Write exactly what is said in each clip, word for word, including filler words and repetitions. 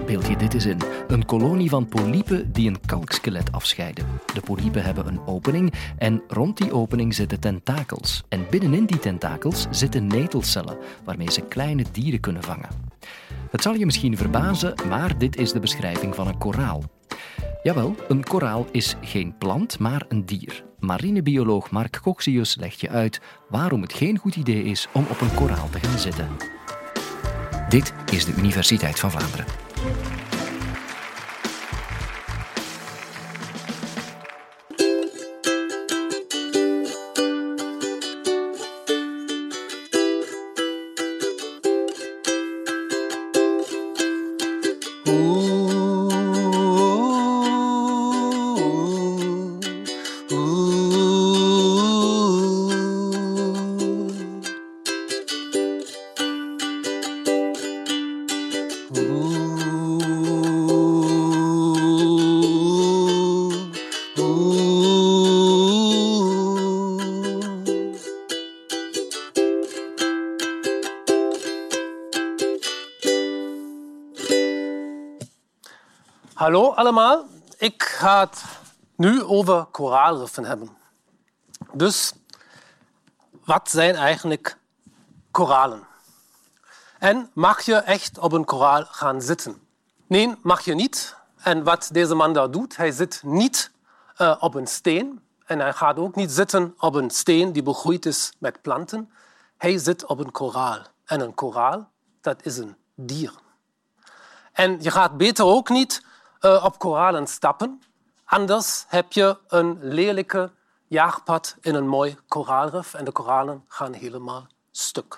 Beeld je dit eens in. Een kolonie van polypen die een kalkskelet afscheiden. De polypen hebben een opening en rond die opening zitten tentakels. En binnenin die tentakels zitten netelcellen, waarmee ze kleine dieren kunnen vangen. Het zal je misschien verbazen, maar dit is de beschrijving van een koraal. Jawel, een koraal is geen plant, maar een dier. Marinebioloog Mark Coxius legt je uit waarom het geen goed idee is om op een koraal te gaan zitten. Dit is de Universiteit van Vlaanderen. Hallo allemaal, ik ga het nu over koraalriffen hebben. Dus wat zijn eigenlijk koralen? En mag je echt op een koraal gaan zitten? Nee, mag je niet. En wat deze man daar doet, hij zit niet uh, op een steen. En hij gaat ook niet zitten op een steen die begroeid is met planten. Hij zit op een koraal. En een koraal, dat is een dier. En je gaat beter ook niet uh, op koralen stappen. Anders heb je een lelijke jaagpad in een mooi koraalrif. En de koralen gaan helemaal stuk.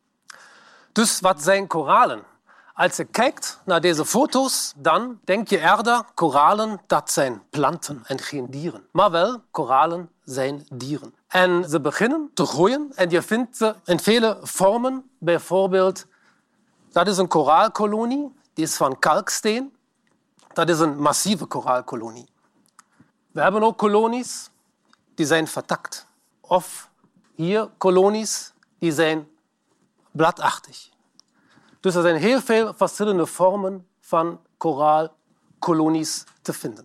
Dus wat zijn koralen? Als je kijkt naar deze foto's, dan denk je eerder, koralen, dat zijn planten en geen dieren. Maar wel, koralen zijn dieren. En ze beginnen te groeien en je vindt ze in vele vormen. Bijvoorbeeld, dat is een koraalkolonie, die is van kalksteen. Dat is een massieve koraalkolonie. We hebben ook kolonies, die zijn vertakt. Of hier kolonies, die zijn bladachtig. Dus er zijn heel veel verschillende vormen van koraalkolonies te vinden.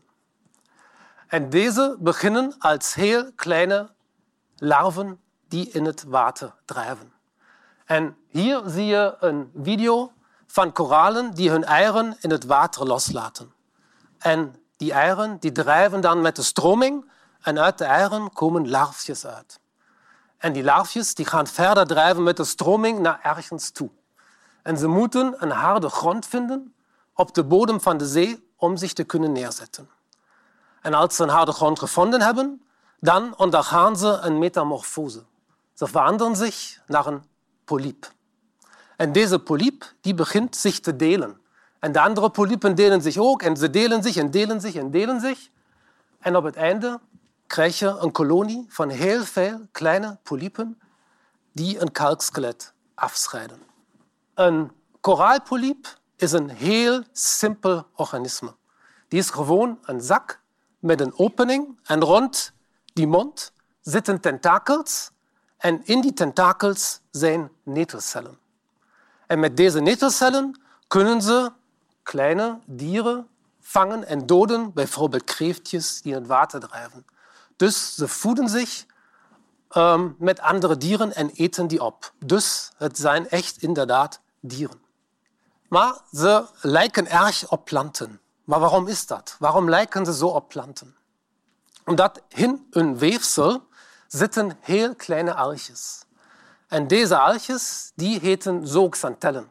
En deze beginnen als heel kleine larven die in het water drijven. En hier zie je een video van koralen die hun eieren in het water loslaten. En die eieren die drijven dan met de stroming en uit de eieren komen larfjes uit. En die larfjes die gaan verder drijven met de stroming naar ergens toe. En ze moeten een harde grond vinden op de bodem van de zee om zich te kunnen neerzetten. En als ze een harde grond gevonden hebben, dan ondergaan ze een metamorfose. Ze veranderen zich naar een polyp. En deze polyp die begint zich te delen. En de andere polypen delen zich ook en ze delen zich en delen zich en delen zich. En op het einde krijg je een kolonie van heel veel kleine polypen die een kalkskelet afscheiden. Een koraalpolyp is een heel simpel organisme. Die is gewoon een zak met een opening en rond die mond zitten tentakels en in die tentakels zijn netelcellen. En met deze netelcellen kunnen ze kleine dieren vangen en doden, bijvoorbeeld kreeftjes die in het water drijven. Dus ze voeden zich um, met andere dieren en eten die op. Dus het zijn echt inderdaad dieren. Maar ze lijken erg op planten. Maar waarom is dat? Waarom lijken ze zo op planten? Omdat in hun weefsel zitten heel kleine algjes. En deze algjes die heten zooxanthellen.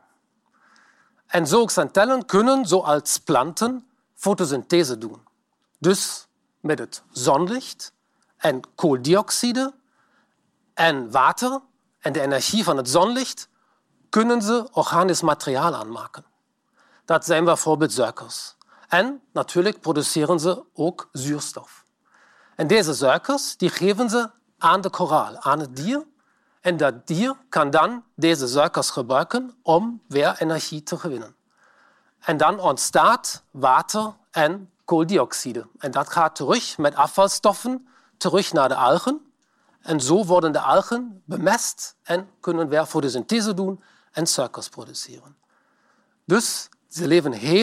En zooxanthellen kunnen, zoals planten, fotosynthese doen. Dus met het zonlicht en kooldioxide en water en de energie van het zonlicht kunnen ze organisch materiaal aanmaken. Dat zijn bijvoorbeeld suikers. En natuurlijk produceren ze ook zuurstof. En deze suikers die geven ze aan de koraal, aan het dier. En dat dier kan dan deze suikers gebruiken om weer energie te gewinnen. En dan ontstaat water en kooldioxide. En dat gaat terug met afvalstoffen terug naar de algen. En zo worden de algen bemest en kunnen weer fotosynthese doen en suikers produceren. Dus ze leven heel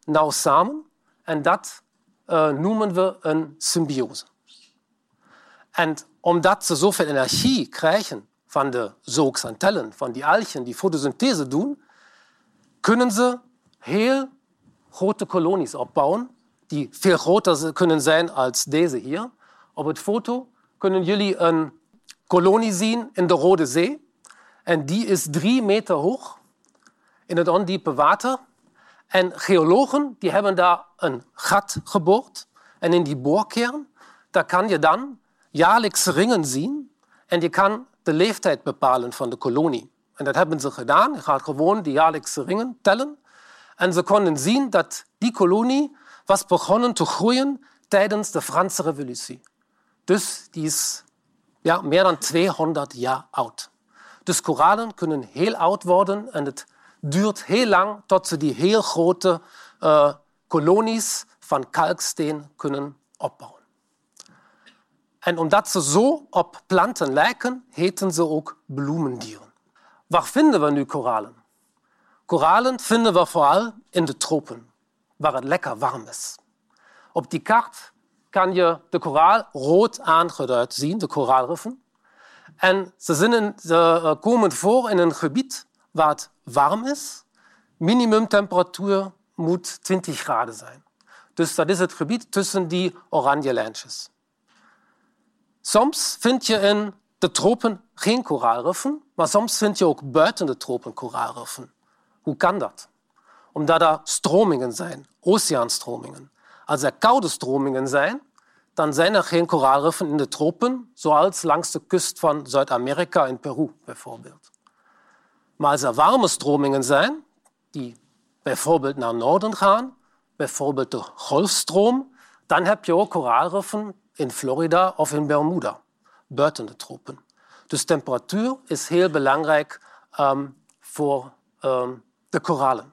nauw samen en dat uh, noemen we een symbiose. En omdat ze zoveel energie krijgen van de zooxanthellen, van die algen die fotosynthese doen, kunnen ze heel grote kolonies opbouwen, die veel groter kunnen zijn als deze hier. Op het foto kunnen jullie een kolonie zien in de Rode Zee. En die is drie meter hoog in het ondiepe water. En geologen die hebben daar een gat geboord. En in die boorkern daar kan je dan jaarlijks ringen zien. En je kan de leeftijd bepalen van de kolonie. En dat hebben ze gedaan. Je gaat gewoon die jaarlijkse ringen tellen. En ze konden zien dat die kolonie was begonnen te groeien tijdens de Franse Revolutie. Dus die is ja, meer dan tweehonderd jaar oud. Dus koralen kunnen heel oud worden en het duurt heel lang tot ze die heel grote uh, kolonies van kalksteen kunnen opbouwen. En omdat ze zo op planten lijken, heten ze ook bloemendieren. Waar vinden we nu koralen? Koralen vinden we vooral in de tropen, waar het lekker warm is. Op die kaart kan je de koraal rood aangeduid zien, de koraalriffen. En ze, zijn in, ze komen voor in een gebied waar het warm is. Minimumtemperatuur moet twintig graden zijn. Dus dat is het gebied tussen die oranje lijntjes. Soms vind je in de tropen geen koraalriffen, maar soms vind je ook buiten de tropen koraalriffen. Hoe kan dat? Omdat er stromingen zijn, oceaanstromingen. Als er koude stromingen zijn, dan zijn er geen koraalriffen in de tropen, zoals langs de kust van Zuid-Amerika en Peru bijvoorbeeld. Maar als er warme stromingen zijn, die bijvoorbeeld naar noorden gaan, bijvoorbeeld de Golfstroom, dan heb je ook koraalriffen in Florida of in Bermuda, buiten de tropen. Dus temperatuur is heel belangrijk um, voor um, de koralen.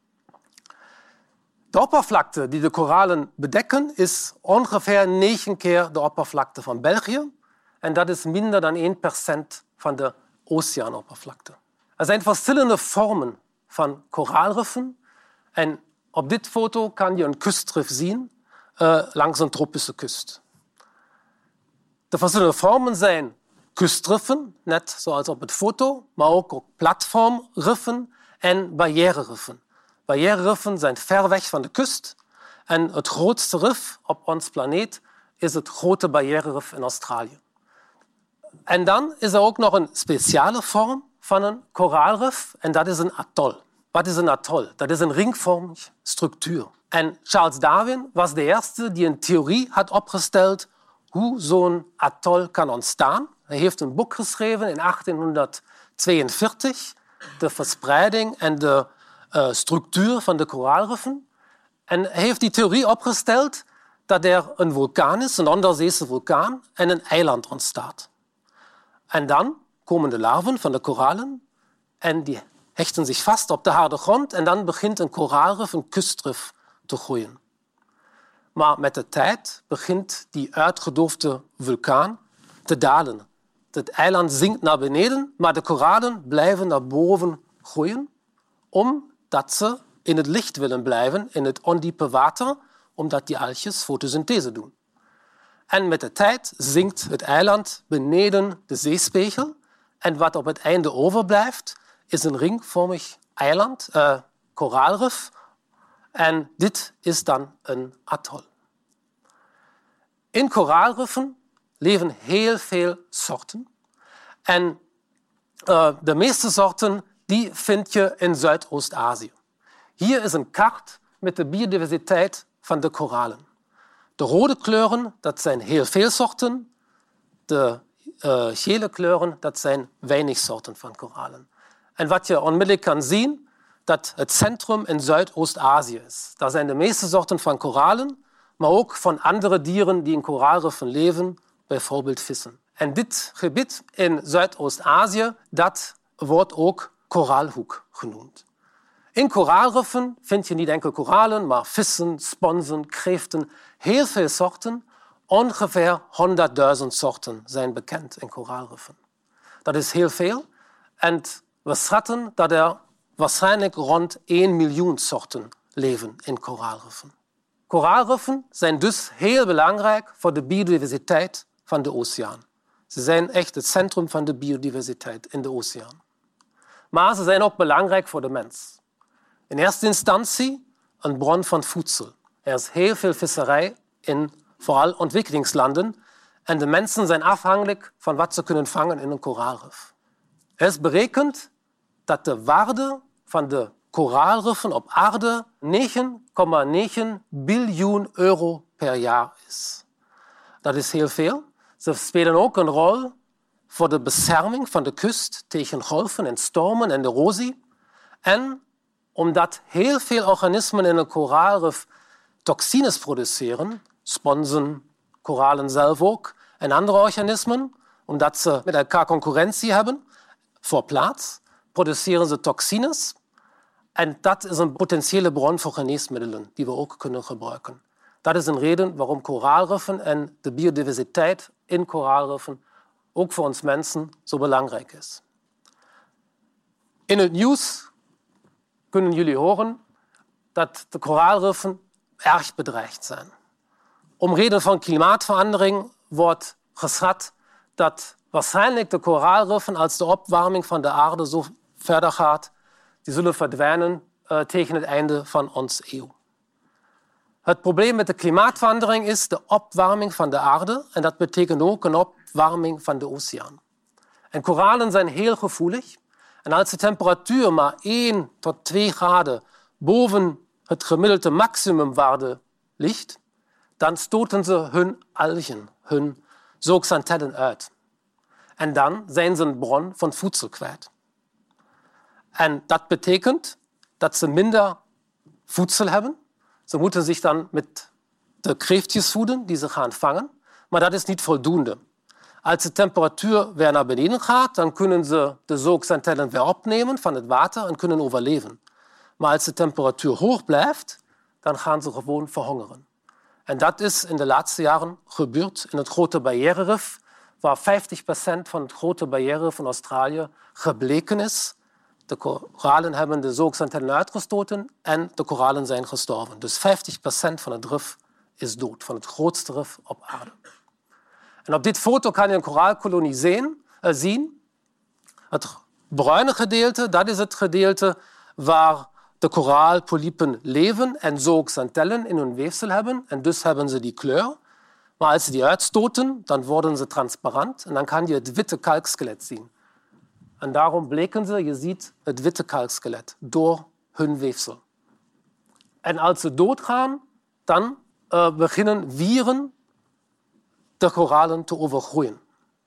De oppervlakte die de koralen bedekken is ongeveer negen keer de oppervlakte van België. En dat is minder dan één procent van de oceaanoppervlakte. Er zijn verschillende vormen van koraalriffen. En op dit foto kan je een kustrif zien uh, langs een tropische kust. De verschillende vormen zijn kustriffen, net zoals op het foto, maar ook, ook platformriffen en barriereriffen. Barriereriffen zijn ver weg van de kust. En het grootste rif op ons planeet is het grote barriererif in Australië. En dan is er ook nog een speciale vorm van een koraalrif en dat is een atol. Wat is een atol? Dat is een ringvormige structuur. En Charles Darwin was de eerste die een theorie had opgesteld hoe zo'n atol kan ontstaan. Hij heeft een boek geschreven in achttienhonderdtweeënveertig, de verspreiding en de uh, structuur van de koraalriffen. En hij heeft die theorie opgesteld dat er een vulkaan is, een onderzeese vulkaan, en een eiland ontstaat. En dan komen de larven van de koralen en die hechten zich vast op de harde grond en dan begint een koraalrif, een kustrif, te groeien. Maar met de tijd begint die uitgedoofde vulkaan te dalen. Het eiland zinkt naar beneden, maar de koralen blijven naar boven groeien, omdat ze in het licht willen blijven, in het ondiepe water, omdat die algjes fotosynthese doen. En met de tijd zinkt het eiland beneden de zeespiegel en wat op het einde overblijft is een ringvormig eiland, uh, koraalrif. En dit is dan een atol. In koraalriffen leven heel veel soorten. En uh, de meeste soorten die vind je in Zuidoost-Azië. Hier is een kaart met de biodiversiteit van de koralen. De rode kleuren, dat zijn heel veel soorten. De uh, gele kleuren, dat zijn weinig soorten van koralen. En wat je onmiddellijk kan zien, dat het centrum in Zuidoost-Azië is. Daar zijn de meeste soorten van koralen, maar ook van andere dieren die in koraalriffen leven, bijvoorbeeld vissen. En dit gebied in Zuidoost-Azië, dat wordt ook koraalhoek genoemd. In koraalriffen vind je niet enkel koralen, maar vissen, sponsen, kreeften, heel veel soorten. Ongeveer honderdduizend soorten zijn bekend in koraalriffen. Dat is heel veel. En we schatten dat er waarschijnlijk rond één miljoen soorten leven in koraalriffen. Koraalriffen zijn dus heel belangrijk voor de biodiversiteit van de oceaan. Ze zijn echt het centrum van de biodiversiteit in de oceaan. Maar ze zijn ook belangrijk voor de mens. In eerste instantie een bron van voedsel. Er is heel veel visserij in vooral ontwikkelingslanden en de mensen zijn afhankelijk van wat ze kunnen vangen in een koraalrif. Er is berekend dat de waarde van de koraalriffen op aarde negen komma negen biljoen euro per jaar is. Dat is heel veel. Ze spelen ook een rol voor de bescherming van de kust tegen golven en stormen en erosie. En omdat heel veel organismen in een koraalrif toxines produceren, sponsen, koralen zelf ook, en andere organismen, omdat ze met elkaar concurrentie hebben voor plaats, produceren ze toxines. En dat is een potentiële bron voor geneesmiddelen die we ook kunnen gebruiken. Dat is een reden waarom koraalriffen en de biodiversiteit in koraalriffen ook voor ons mensen zo belangrijk is. In het nieuws kunnen jullie horen dat de koraalriffen erg bedreigd zijn. Om reden van klimaatverandering wordt geschat dat waarschijnlijk de koraalriffen, als de opwarming van de aarde zo verder gaat, die zullen verdwijnen uh, tegen het einde van onze eeuw. Het probleem met de klimaatverandering is de opwarming van de aarde en dat betekent ook een opwarming van de oceaan. En koralen zijn heel gevoelig en als de temperatuur maar één tot twee graden boven het gemiddelde maximumwaarde ligt, dan stoten ze hun algen, hun zooxanthellen uit. En dan zijn ze een bron van voedsel kwijt. En dat betekent dat ze minder voedsel hebben. Ze moeten zich dan met de kreeftjes voeden die ze gaan vangen. Maar dat is niet voldoende. Als de temperatuur weer naar beneden gaat, dan kunnen ze de zooxanthellen weer opnemen van het water en kunnen overleven. Maar als de temperatuur hoog blijft, dan gaan ze gewoon verhongeren. En dat is in de laatste jaren gebeurd in het Grote Barriererif, waar vijftig procent van het Grote Barriererif van Australië gebleken is. De koralen hebben de zooxanthellen uitgestoten en de koralen zijn gestorven. Dus vijftig procent van het rif is dood, van het grootste rif op aarde. En op dit foto kan je een koraalkolonie zien. Uh, zien. Het bruine gedeelte, dat is het gedeelte waar de koraalpolypen leven en zooxanthellen in hun weefsel hebben. En dus hebben ze die kleur. Maar als ze die uitstoten, dan worden ze transparant en dan kan je het witte kalkskelet zien. En daarom bleken ze, je ziet het witte kalkskelet door hun weefsel. En als ze doodgaan, dan uh, beginnen wieren de koralen te overgroeien.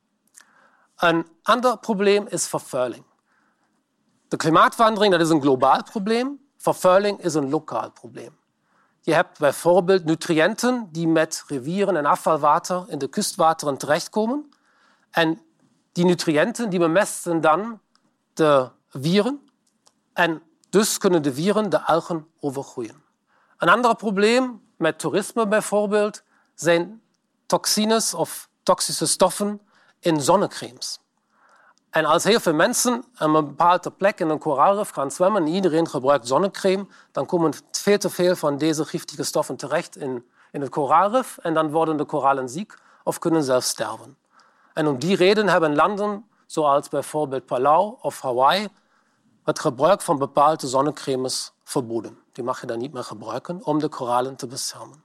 Een ander probleem is vervuiling. De klimaatverandering, dat is een globaal probleem. Vervuiling is een lokaal probleem. Je hebt bijvoorbeeld nutriënten die met rivieren en afvalwater in de kustwateren terechtkomen. En die nutriënten die bemesten dan de wieren. En dus kunnen de wieren de algen overgroeien. Een ander probleem met toerisme bijvoorbeeld zijn toxines of toxische stoffen in zonnecremes. En als heel veel mensen aan een bepaalde plek in een koraalrif gaan zwemmen en iedereen gebruikt zonnecreme, dan komen veel te veel van deze giftige stoffen terecht in, in het koraalrif en dan worden de koralen ziek of kunnen zelfs sterven. En om die reden hebben landen zoals bijvoorbeeld Palau of Hawaii het gebruik van bepaalde zonnecremes verboden. Die mag je dan niet meer gebruiken om de koralen te beschermen.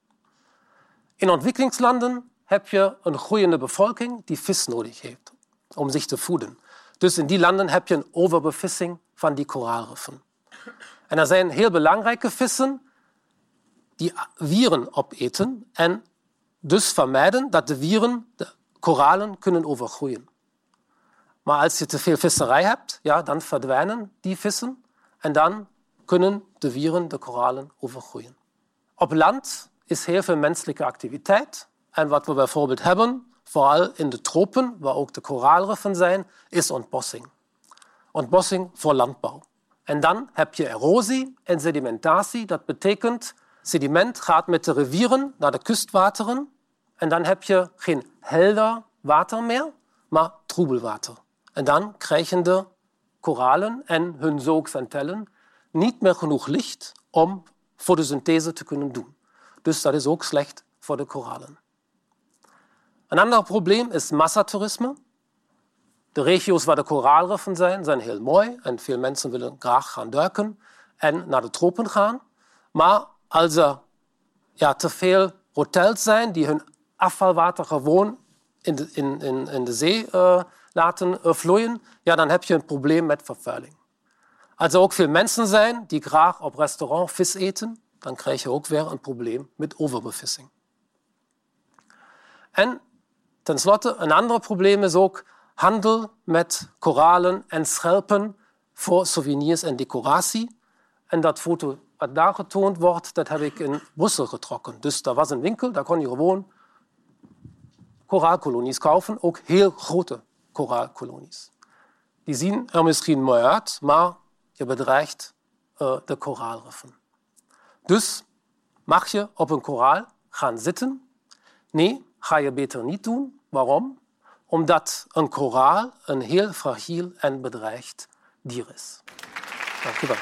In ontwikkelingslanden heb je een groeiende bevolking die vis nodig heeft om zich te voeden. Dus in die landen heb je een overbevissing van die koraalriffen. En er zijn heel belangrijke vissen die wieren opeten en dus vermijden dat de wieren de koralen kunnen overgroeien. Maar als je te veel visserij hebt, ja, dan verdwijnen die vissen en dan kunnen de wieren de koralen overgroeien. Op land is heel veel menselijke activiteit. En wat we bijvoorbeeld hebben, vooral in de tropen, waar ook de koraalriffen zijn, is ontbossing. Ontbossing voor landbouw. En dan heb je erosie en sedimentatie. Dat betekent, sediment gaat met de rivieren naar de kustwateren. En dan heb je geen helder water meer, maar troebelwater. En dan krijgen de koralen en hun zooxanthellen niet meer genoeg licht om fotosynthese te kunnen doen. Dus dat is ook slecht voor de koralen. Een ander probleem is massatoerisme. De regio's waar de koraalriffen zijn, zijn heel mooi en veel mensen willen graag gaan duiken en naar de tropen gaan. Maar als er ja, te veel hotels zijn die hun afvalwater gewoon in de, in, in, in de zee uh, laten uh, vloeien, ja, dan heb je een probleem met vervuiling. Als er ook veel mensen zijn die graag op restaurant vis eten, dan krijg je ook weer een probleem met overbevissing. En tenslotte, een ander probleem is ook handel met koralen en schelpen voor souvenirs en decoratie. En dat foto wat daar getoond wordt, dat heb ik in Brussel getrokken. Dus daar was een winkel, daar kon je gewoon koraalkolonies kaufen, ook heel grote koraalkolonies. Die zien er misschien mooi uit, maar je bedreigt uh, de koraalriffen. Dus mag je op een koraal gaan zitten? Nee, ga je beter niet doen. Waarom? Omdat een koraal een heel fragiel en bedreigd dier is. Dank je wel.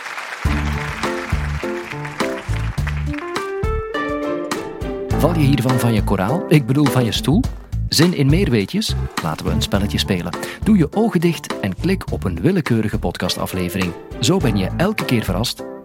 Val je hiervan van je koraal? Ik bedoel van je stoel? Zin in meer weetjes? Laten we een spelletje spelen. Doe je ogen dicht en klik op een willekeurige podcastaflevering. Zo ben je elke keer verrast